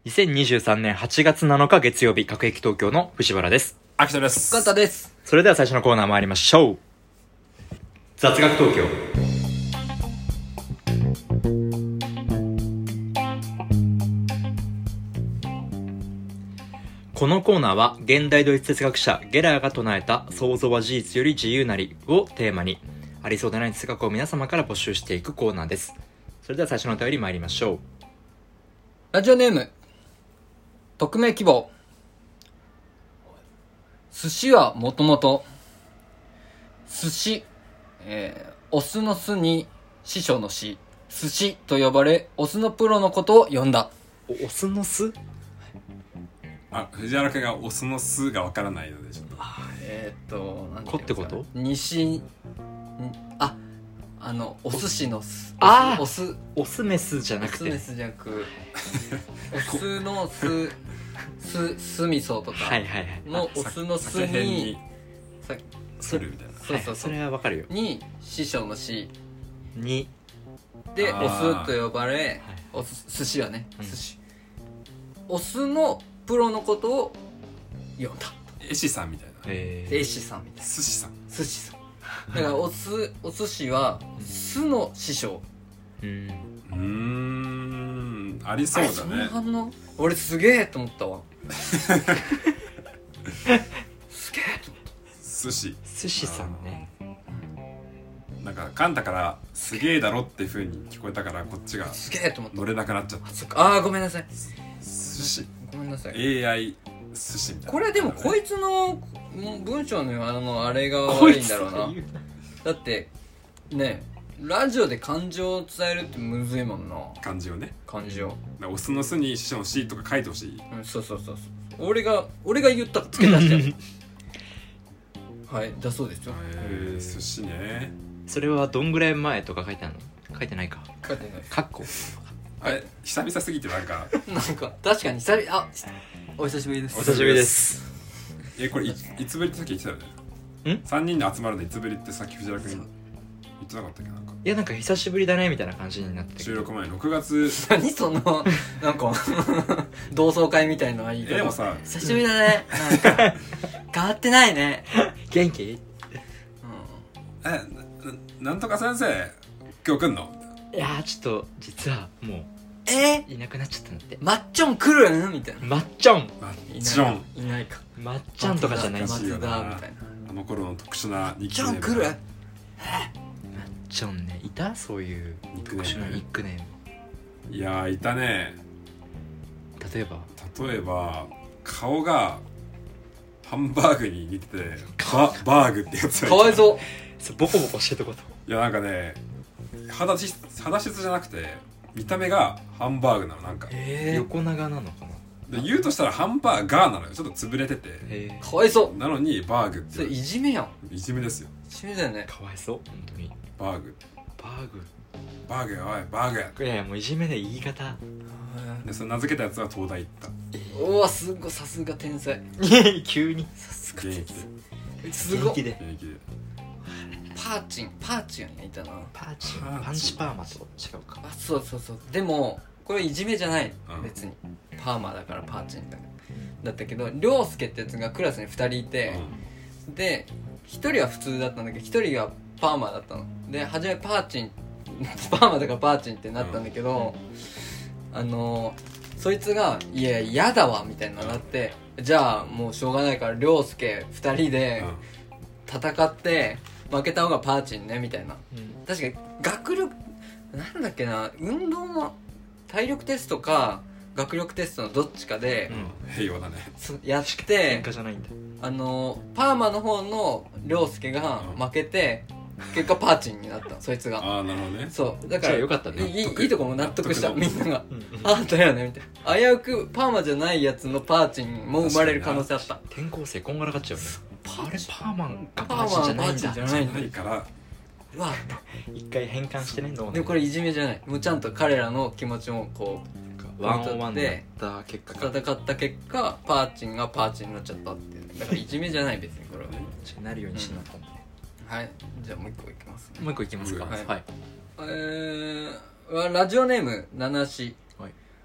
2023年8月7日月曜日、各駅東京の藤原です。 秋田です。 カンタです。 それでは最初のコーナー参りましょう。雑学東京。このコーナーは現代ドイツ哲学者ゲラーが唱えた創造は事実より自由なりをテーマに、ありそうでない哲学を皆様から募集していくコーナーです。それでは最初のお便り参りましょう。 ラジオネーム匿名希望。寿司はもともと寿司、オスの巣に師匠の師、寿司と呼ばれ、オスのプロのことを呼んだ。 オスの巣？ 藤原君がオスの巣がわからないのでちょっとなん子ってこと？ 西、お寿司の巣。 オスメスじゃなくて。 オスメスじゃなく、オスの巣味噌とかのオスの巣にするみたいな。 そうそれはわかるよ。 に師匠の師にでオスと呼ばれ、お寿司はね、寿司、オスのプロのことを呼んだ。 絵師さんみたいな。 絵師さんみたいな。 寿司さん。 寿司さん。だからお寿司は酢の師匠。 ありそうだね。 その反応俺すげえと思ったわ。すげえと思った。 寿司さんね。 なんかカンタからすげえだろっていう風に聞こえたから、こっちがすげえと思った。 乗れなくなっちゃった。 ごめんなさい。 寿司、 ごめんなさい。 AI 寿司みたいな。 これでもこいつの文章のあれが悪いんだろうな。だってね、ラジオで漢字を伝えるってむずいもんな。 漢字をね。 漢字をオスの巣に師匠の師とか書いてほしい。 そう俺が言ったからつけ出しちゃう。はい、だそうですよ。 寿司ね。 それはどんぐらい前とか書いてあるの？書いてないか。 書いてない。 カッコ。 あれ久々すぎてなんか確かに久々。お久しぶりです。 お久しぶりです。 これいつぶりってさっき言ってたよね。3人で集まるのいつぶりってさっき藤原君言ってなかったっけ？なんかいや、なんか久しぶりだねみたいな感じになって収録前6月。 何そのなんか同窓会みたいな言い方。 でもさ、 久しぶりだね。なんか変わってないね。 元気？ なんとか先生今日来んの？ いやちょっと実はもういなくなっちゃったんだって。 マッチョン来るんみたいな。 マッチョンいないか。 マッチョンとかじゃないし、 松田みたいな。 あの頃の特殊なニックネーム。 マッチョン来る？ マッチョンね、いた？そういう特殊なニックネーム。 いやいたね。 例えば顔がハンバーグに似ててバーグってやつ。 かわいそう。 ボコボコしてること。 いやなんかね、肌質じゃなくて見た目がハンバーグなの。なんか横長なのかな。 で言うとしたらハンバーガーなのよ。ちょっと潰れててかわいそうなのにバーグって。 それいじめやん。 いじめですよ。 いじめだよね。 かわいそう本当に。 バーグおいバーグ。 いやもういじめで言い方でそれ名付けたやつは東大行った。 おお、すごい、さすが天才。 急にさすが現天役才。すごい。 現役でパーチンにいたな。 パンチパーマと違うか。 そうでもこれいじめじゃない、別にパーマだからパーチンだったけど、涼介ってやつがクラスに2人いて、で1人は普通だったんだけど1人がパーマだったので、初めパーマだからパーチンってなったんだけど、そいつがいややだわみたいななって、じゃあもうしょうがないから涼介2人で戦って負けた方がパーチンねみたいな、確かに学力なんだっけな、運動の体力テストか学力テストのどっちかで、 平和だね。 やって喧嘩じゃないんだ。 パーマの方の涼介が負けて、結果パーチンになったそいつが。 ああなるほどね。 そうだからじゃあよかったね。 いいとこも納得したみんなが。あだよねみたいな。危うくパーマじゃないやつのパーチンも生まれる可能性あった。 転校生こんがらがっちゃうね。あれパーマンがパパーチンじゃないんだ。 じゃないからうわ一回変換してね。 でもこれいじめじゃない。もうちゃんと彼らの気持ちもこうワンオンワンでやった結果戦った結果パーチンがパーチンになっちゃったっていう。だからいじめじゃない別にこれは。 なるようにしなかったんだね。 はい、じゃあもう一個いきますね。 もう一個いきますか。 はい。ラジオネームナナシ。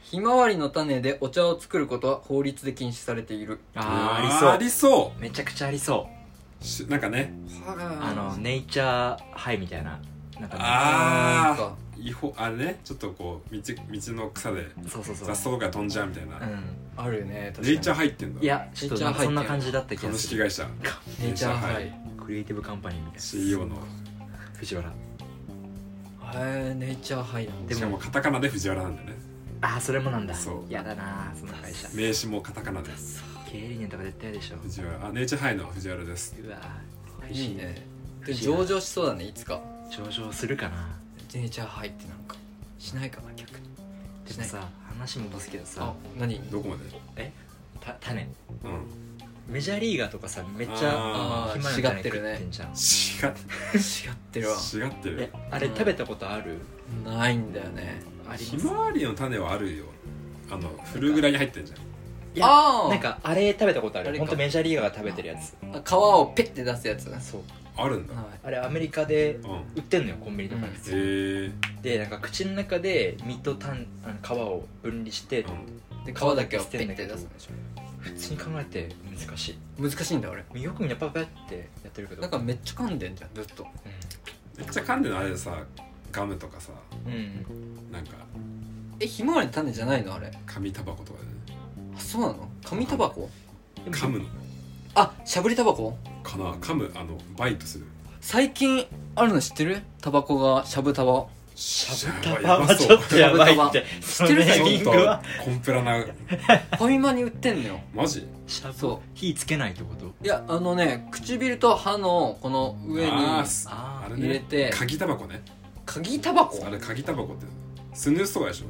ひまわりの種でお茶を作ることは法律で禁止されている。 ありそめちゃくちゃありそうなんかねネイチャーハイみたいななんかねあれねちょっとこう道の草でそう雑草が飛んじゃうみたいな、 あるよね。 ネイチャー入ってんだ。 いやちょっとそんな感じだった気が株する。 式会社ネイチャーハイ。 クリエイティブカンパニーみたいな CEO の藤原。 ネイチャーハイなんだ。 しかもカタカナで藤原なんだよね。 それもなんだ。 そうやだなその会社。 名刺もカタカナで経営理念とか絶対でしょ。 藤原ネイチャーハイの藤原です。 うわいいね。で上場しそうだねいつか。 上場するかな。 ネイチャーハイってなんかしないかな逆に。 でもさ話戻すけどさ何どこまで種メジャーリーガーとかさめっちゃひまわりの種食ってんじゃん。 違ってるわ。 違ってる。 あれ食べたことある？ ないんだよね。 ひまわりの種はあるよ。フルグラに入ってんじゃん。 いやなんかあれ食べたことある。ほんとメジャーリーガーが食べてるやつ。 皮をペッて出すやつ。 そうあるんだ。 あれアメリカで売ってんのよコンビニとかに普通に。でなんか口の中で実と皮を分離してで皮だけをペッて出すんでしょ。 普通に考えて難しいんだ俺。 よくみんなパパってやってるけどなんかめっちゃ噛んでんじゃんずっと。 めっちゃ噛んでるのあれでさガムとかさなんかひまわりの種じゃないのあれ。 紙タバコとかでね。 そうなの？紙タバコ？ 噛むのしゃぶりタバコかな。噛むバイトする。 最近あるの知ってる？タバコがしゃぶタバ。 しゃぶタバはちょっとやばいって。 知ってるネーミングはコンプラな。 ファミマに売ってんのよ。 マジ？ そう火つけないってこと？ いや唇と歯のこの上に入れて。 鍵タバコね。 鍵タバコ？ あれ鍵タバコってスヌースとかでしょ。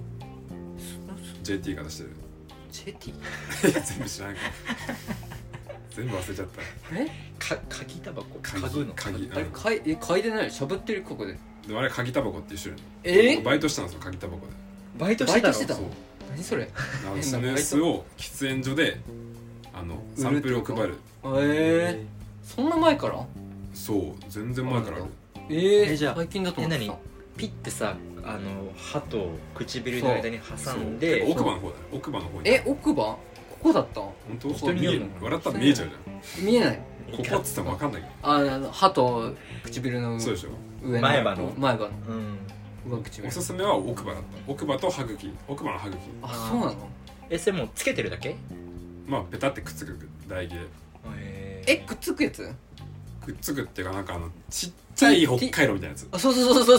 JT が出してる。 JT？ 全部知らんか全部忘れちゃった。 鍵タバコ鍵嗅ぐの？ あれ嗅いでないよ。しゃぶってるここで。 でもあれ鍵タバコっていう種類の。バイトしたんですよ鍵タバコで。 バイトしてたの？ そう何それ。 スヌースを喫煙所でサンプルを配る。 そんな前から？ そう全然前からある。 じゃあ最近だと思ってた。 ピッてさ歯と唇の間に挟んで奥歯の方だね。奥歯の方に。 奥歯？ここだった？ 本当？笑ったら見えちゃうじゃん。 見えない。 ここっつったら分かんないけど。歯と唇のそうでしょ。 上の前歯の上唇。 おすすめは奥歯だった。奥歯と歯茎。奥歯の歯茎。 そうなの？ それもうつけてるだけ？ まあペタってくっつく唾液で。くっつくやつ？ くっつくっていうかなんかちっちゃい北海道みたいなやつ。 そう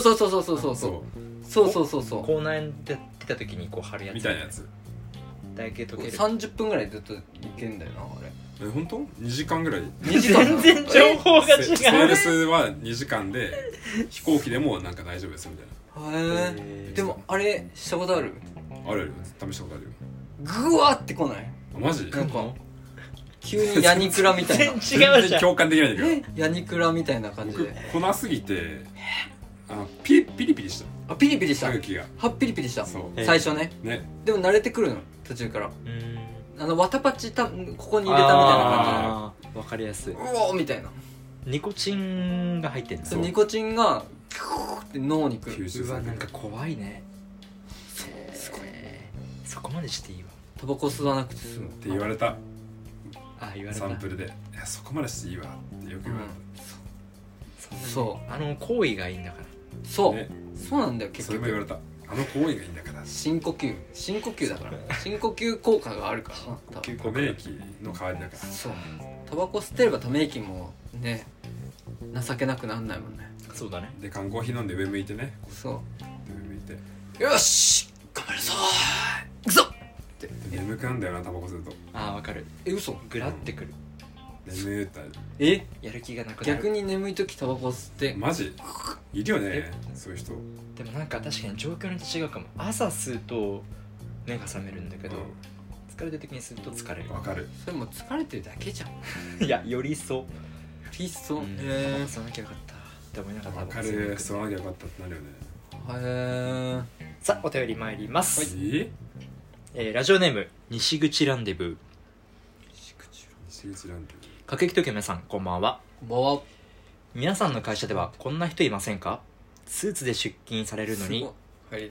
口内炎で出た時にこう貼るやつみたいなやつ。 唾液溶ける。 30分ぐらいずっといけんだよなあれ。 本当2時間ぐらい。 全然情報が違う。 セールスは2時間で飛行機でもなんか大丈夫ですみたいな。 でもあれしたことある？ あるよ。試したことあるよ。 グワってこない？ マジ？ なんか急にヤニクラみたいな。 全然違うじゃん。 共感できないんだけど。 ヤニクラみたいな感じで。 粉すぎてピリピリした。 ピリピリした。 歯茎が。 ピリピリした。 そう最初ね。でも慣れてくるの途中から。ワタパチここに入れたみたいな感じで。わかりやすい。 うおーみたいな。 ニコチンが入ってんの？ ニコチンがキューって脳にくる。 うわなんか怖いね。すごい。そこまでしていいわ。 タバコ吸わなくて済むって言われた。 言われた。 サンプルでいやそこまでしていいわってよく言われた。そう行為がいいんだから。 そうなんだよ結局。 それも言われた。行為がいいんだから。 深呼吸だから深呼吸効果があるからな。 ため息の代わりだから。 そうタバコ吸ってればため息もね情けなくなんないもんね。 そうだね。 で缶コーヒー飲んで上向いてね。 そう上向いてよし頑張るぞー行くぞって眠くなんだよなタバコ吸うと。 わかる。 嘘？ グラってくる。 眠ったやる気がなくなる。 逆に眠い時タバコ吸ってマジいるよねそういう人。 でもなんか確かに状況によって違うかも。朝吸うと目が覚めるんだけど、疲れてる時に吸うと疲れる。 わかる。 それも疲れてるだけじゃん。 いやよりそう吸わなきゃよかったって思いながら。 わかる。吸わなきゃよかったってなるよね。 さあお便り参ります。ラジオネーム西口ランデブー。 西口ランデブー。 各駅とき皆さんこんばんは。 こんばんは。 皆さんの会社ではこんな人いませんか？スーツで出勤されるのに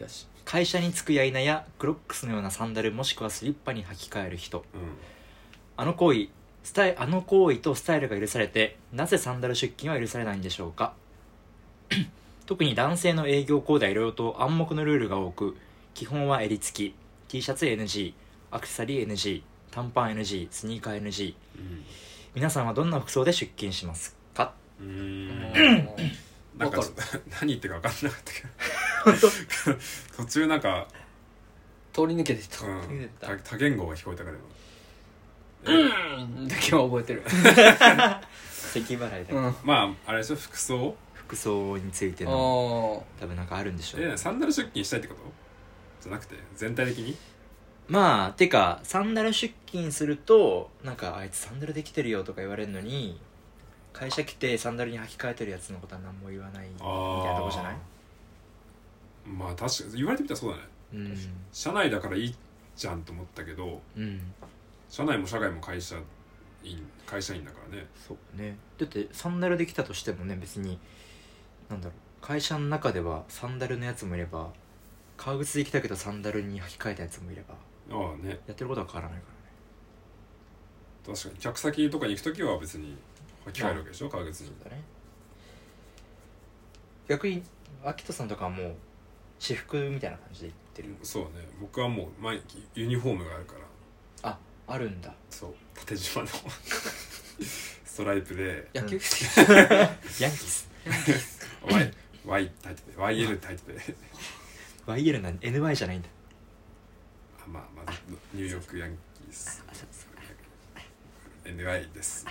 会社に着くや否やクロックスのようなサンダルもしくはスリッパに履き替える人。あの行為とスタイルが許されて、なぜサンダル出勤は許されないんでしょうか。特に男性の営業コーデはいろいろと暗黙のルールが多く、基本は襟付き、 T シャツ NG、 アクセサリー NG、 短パン NG、 スニーカー NG。 皆さんはどんな服装で出勤しますか。 なんか何言ってるか分かんなかったけど途中なんか通り抜けてた、 多言語が聞こえたからだけは覚えてる咳払いで、 まああれでしょ、服装についての多分なんかあるんでしょう。 サンダル出勤したいってことじゃなくて全体的に。 まあてかサンダル出勤するとなんかあいつサンダルできてるよとか言われるのに、会社来てサンダルに履き替えてるやつのことは何も言わないみたいなとこじゃない。 まあ確かに言われてみたらそうだね、社内だからいいじゃんと思ったけど、社内も社外も会社員だからね。 そうね。だってサンダルできたとしてもね、別になんだろう、会社の中ではサンダルのやつもいれば、革靴できたけどサンダルに履き替えたやつもいれば、 ね、 やってることは変わらないからね。 確かに客先とかに行くときは別に履き替えるわけでしょ、革靴に。 そうだね。逆に秋人さんとかはもう私服みたいな感じで行ってる。 そうね、僕はもう毎日ユニフォームがあるから。 あるんだ。 そう、縦縞のストライプで野球ヤンキース YL タイトで YL なん NY じゃないんだ。 まあニューヨークヤンキース NY です、はい、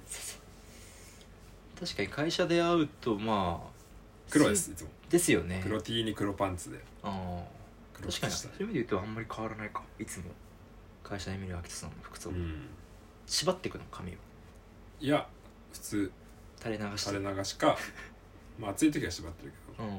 確かに会社で会うとまあ黒です、いつもですよね。 黒 T に黒パンツで。 確かにそういう意味で言うとあんまり変わらないか。いつも会社で見る秋田さんの服装、縛っていくの髪を。 いや普通垂れ流しかまあ暑い時は縛ってるけど、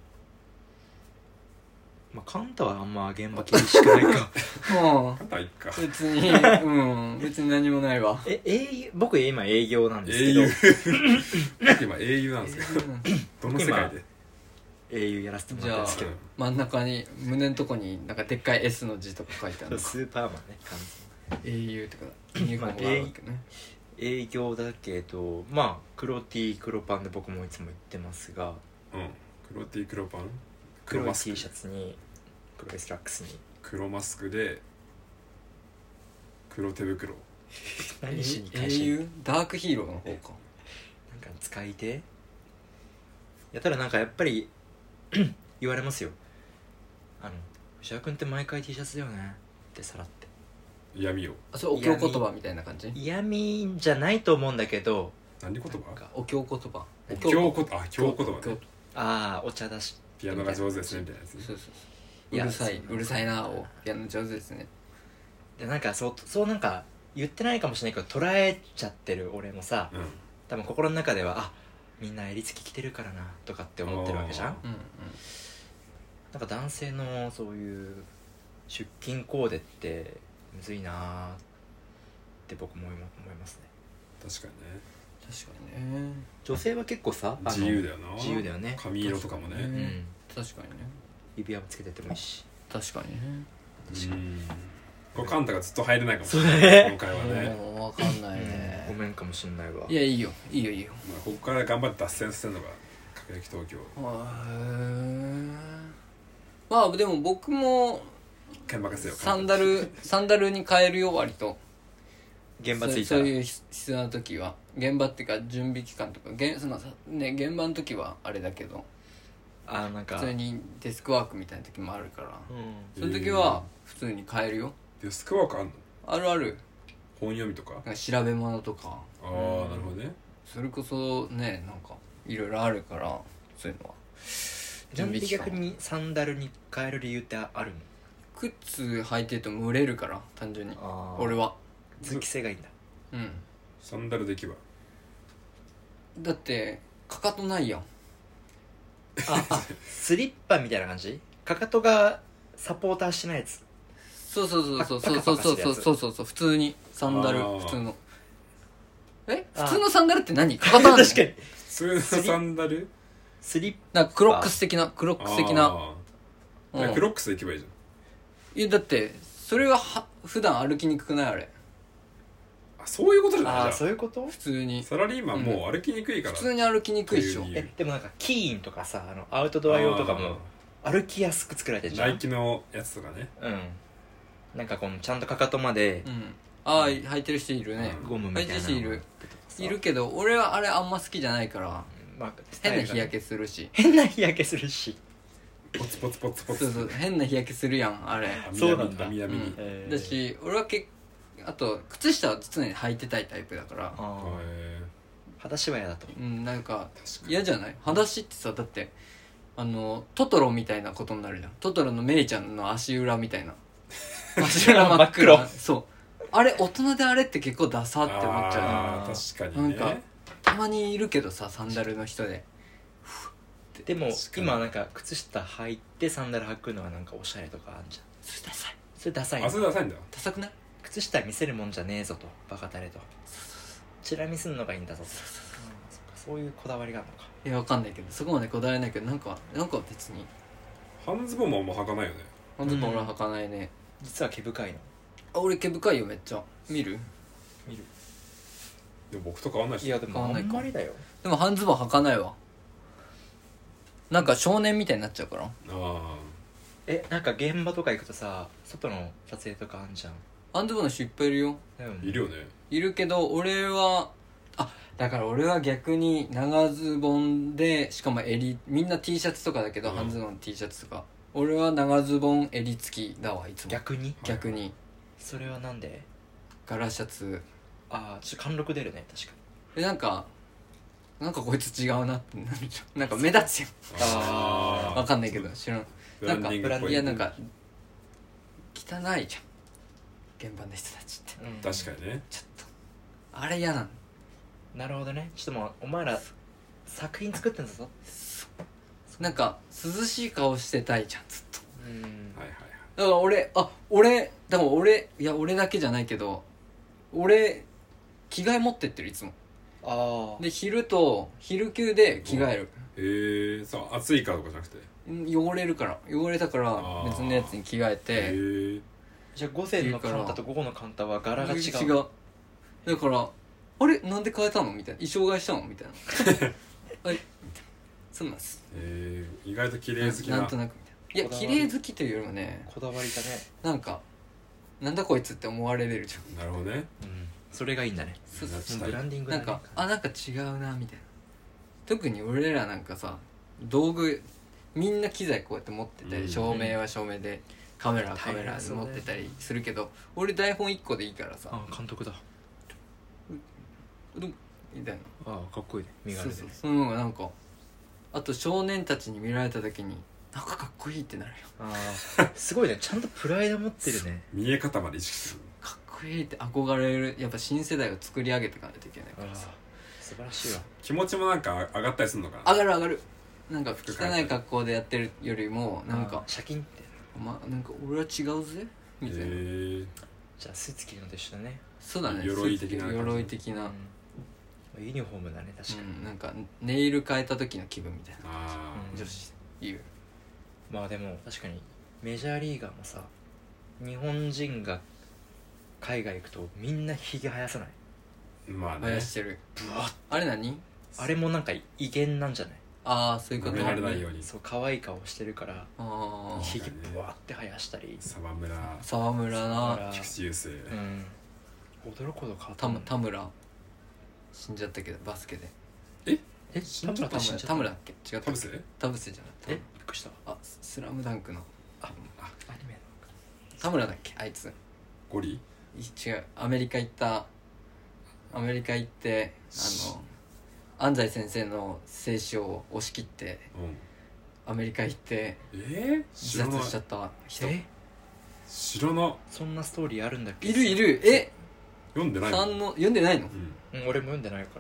まあカンタはあんま現場厳しくないかカンタはいっか別に何もないわ。 僕今営業なんですけど今英雄なんですけどどの世界で英雄やらせてもらってるんですけど、 真ん中に胸のとこになんかでっかい S の字とか書いてあるのか。 スーパーマンね、完英雄とかユニフォームがあるわけね。 営業だけどまあ黒 T 黒パンで僕もいつも言ってますが、 黒 T 黒パン、 黒い T シャツに黒いスラックスに黒マスクで黒手袋何しに英雄ダークヒーローの方か。 なんか使い手やったらなんかやっぱり言われますよ。藤原君って毎回 T シャツだよねってさらって嫌味を。 それお経言葉みたいな感じ。 嫌味じゃないと思うんだけど、 何言葉？ お経言葉。 京言葉ね。 お茶だしピアノが上手ですねみたいなやつ。 そううるさいなをピアノ上手ですね。 でなんかそうなんか言ってないかもしれないけど捉えちゃってる俺もさ、多分心の中ではみんな襟付き着てるからなとかって思ってるわけじゃん。なんか男性のそういう出勤コーデってむずいなーって僕も思いますね。 確かにね。 女性は結構さ自由だよな。 自由だよね。 髪色とかもね。 確かにね。 指輪もつけててもいいし。 確かにね。 これカンタがずっと入れないかもしれない。今回はね。 もう分かんないね。 ごめんかもしんないわ。 いやいいよ。 ここから頑張って脱線してるのが各駅東京。 まあでも僕もサンダルに変えるよ割と。 現場着いたらそういう必要な時は現場っていうか準備期間とか現場の時はあれだけど、 なんか普通にデスクワークみたいな時もあるから、そういう時は普通に変えるよ。 デスクワークあんの？ ある。 本読みとか調べ物とか。 なるほどね。 それこそね、なんかいろいろあるからそういうのは。 なんで逆にサンダルに変える理由ってあるの？ 靴履いてると蒸れるから単純に。俺は通気性がいいんだ。 サンダルできばだってかかとないやん。 スリッパみたいな感じ？かかとがサポーターしてないやつ。 そう普通にサンダル普通の普通のサンダルって何？かかとあんの？ 確かに普通のサンダル？ スリッパなんかクロックス的なクロックスで行けばいいじいやだってそれは普段歩きにくくないあれゃん。あ、そういうことじゃないじゃん。 そういうこと？ 普通にサラリーマンもう歩きにくいから普通に歩きにくいでしょ。 でもなんかキーンとかさアウトドア用とかも歩きやすく作られてるじゃん。 ナイキのやつとかね。 なんかこのちゃんとかかとまで履いてる人いるね。 ゴムみたいな履いてる人いるけど俺はあれあんま好きじゃないから、変な日焼けするしポツポツポツポツ。 そう変な日焼けするやんあれ。 そうなんだ。 だし俺はあと靴下は常に履いてたいタイプだから、 裸足は嫌だと。 なんか嫌じゃない？裸足ってさ、だってトトロみたいなことになるじゃん。トトロのメイちゃんの足裏みたいな足裏真っ黒そうあれ大人であれって結構ダサって思っちゃう。確かにね。 なんかたまにいるけどさ、サンダルの人ででも今なんか靴下履いてサンダル履くのはなんかおしゃれとかあんじゃん。 それダサい。 それダサい。 あ、それダサいんだ。 ダサくない？ 靴下見せるもんじゃねえぞと、バカタレとチラ見すんのがいいんだぞと。そういうこだわりがあるのか。 いやわかんないけど、そこまでこだわりないけど、なんか別に半ズボンもあんま履かないよね。 半ズボン俺は履かないね。 実は毛深いの。 あ、俺毛深いよめっちゃ。見るでも僕と変わんないし。 いやでもあんまりだよ。 でも半ズボン履かないわ。なんか少年みたいになっちゃうから。 なんか現場とか行くとさ、外の撮影とかあんじゃん。 半ズボンの人いっぱいいるよ。 いるよね。 いるけど俺はだから俺は逆に長ズボンで、しかも襟、みんな T シャツとかだけど、半ズボン T シャツとか、俺は長ズボン襟付きだわ。いつも逆にそれはなんで？ 柄シャツ。 ちょっと貫禄出るね。確かになんかこいつ違うなってなるじゃん。なんか目立つよ。わかんないけど知らん。なんかいやなんか汚いじゃん現場の人たちって、 確かにね。 ちょっとあれ嫌なの。 なるほどね。ちょっともうお前ら作品作ってんだぞ。 なんか涼しい顔してたいじゃんずっと。 はいはい。 だから俺だけじゃないけど、俺着替え持ってってるいつも。で昼休で着替える。 そう暑いからとかじゃなくて汚れたから別のやつに着替えて。 じゃあ午前のカンタと午後のカンタは柄が違う。 だからあれなんで変えたのみたいな。衣装替えしたのみたいなはいそうなんです。 意外と綺麗好きな。 なんとなくみたいな。いや綺麗好きというよりもね、 こだわりだね。 なんかなんだこいつって思われるじゃん。 なるほどね。 それがいいんだね。ブランディングだね。 なんか違うなみたいな。特に俺らなんかさ、道具みんな機材こうやって持ってて、照明は照明でカメラはカメラで持ってたりするけど、俺台本1個でいいからさ。 監督だみたいな。 かっこいいね。身軽で。 その方がなんか、あと少年たちに見られた時になんかかっこいいってなるよ。 すごいね。ちゃんとプライド持ってるね。 見え方まで意識する。 かっこいいって憧れる。やっぱ新世代を作り上げていかないといけないからさ。 素晴らしいわ。 気持ちもなんか上がったりするのかな。 上がる。なんか汚い格好でやってるよりもなんかシャキンってなんか俺は違うぜみたいな。 じゃあスーツ着るのと一緒だね。 そうだね。 鎧的なユニフォームだね。確かに。 なんかネイル変えた時の気分みたいな。女子言う。 まあでも確かにメジャーリーガーもさ、日本人が海外行くとみんなひげ生やさない？ まあね。 生やしてる。あれ何？ あれもなんか威厳なんじゃない？ そういうこと。 舐められないように。 そう可愛い顔してるからひげブワーって生やしたり。 沢村な。 菊池雄星。 驚くほど変わったもん。 田村死んじゃったけどバスケで。 田村だっけ？違う。田臥じゃなかった。 びっくりした。 スラムダンクのアニメの田村だっけあいつ。 ゴリ？ 違う。アメリカ行って安西先生の聖書を押し切ってアメリカ行って自殺しちゃった人。 知らな。 そんなストーリーあるんだっけ？ いる。 読んでないの？ 読んでないの？ 俺も読んでないから。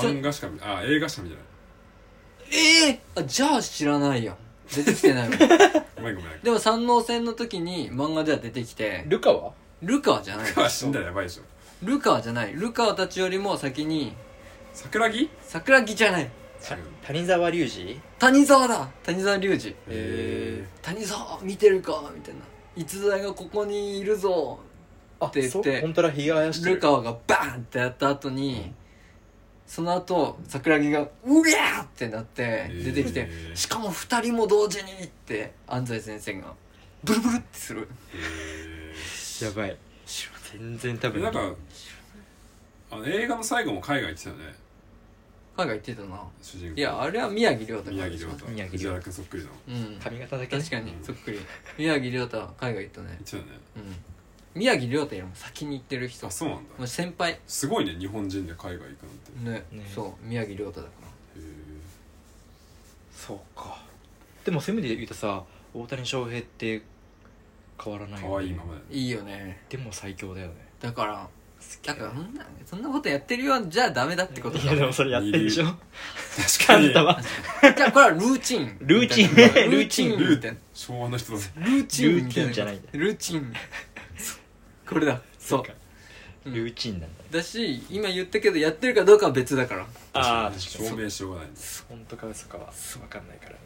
漫画しか映画しか見てない。 じゃあ知らないやん。出てきてないわ。 ごめん。 でも三能戦の時に漫画では出てきて。 ルカワじゃない。 ルカワ死んだらやばいでしょ。 ルカワじゃない。ルカワたちよりも先に桜木じゃない。 谷沢隆二。 谷沢だ、谷沢隆二。 へ谷沢見てるかみたいな、逸材がここにいるぞって言って本当だ、ひげ生やしてる。 ルカワがバーンってやった後に、その後桜木がうりゃーってなって出てきて、しかも2人も同時にって安西先生がブルブルってする。 やばい、全然多分なんか映画の最後も海外行ってたよね、 海外行ってたな。 主人公。 いやあれは宮城亮太宮城亮太、 宮城亮太藤原君そっくりのうん髪型だけ確かにそっくり。宮城亮太は海外行ったね。 言ってたよね。 うん宮城亮太よりも先に行ってる人。 あ、そうなんだ。 もう先輩すごいね、日本人で海外行くなんて。 ねそう宮城亮太だから。 へそうか。でもそういう意味で言うとさ、大谷翔平って変わらないえ、 よね。 可愛いままだよね。 いいよね。 でも最強だよね。 だからそんなことやってるようじゃダメだってことか。 いやでもそれやってるでしょ。 確かにあんたはじゃあこれはルーチンルーチンみたいなルーチンみたいな昭和の人だ。 ルーチンみたいなルーティンじゃないんだルーチンこれだそうかルーチンなんだ。 だし今言ったけどやってるかどうかは別だから。 ああ確かに。 証明しようがないんです。 本当か嘘かは分かんないからね。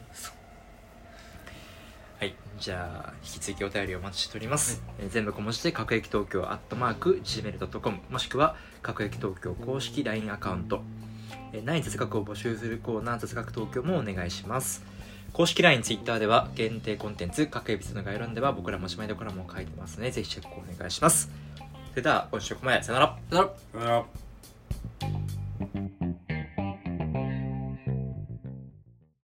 はい、じゃあ引き続きお便りお待ちしております、全部小文字で各駅東京@gmail.com もしくは各駅東京公式 LINE アカウント、何雑学を募集するコーナー雑学東京もお願いします。公式 LINE、Twitter では限定コンテンツ各エピソードの概要欄では僕ら持ち前でコラムを書いてますのでぜひチェックお願いします。それでは今週ここまで、さよなら。 だろさよなら。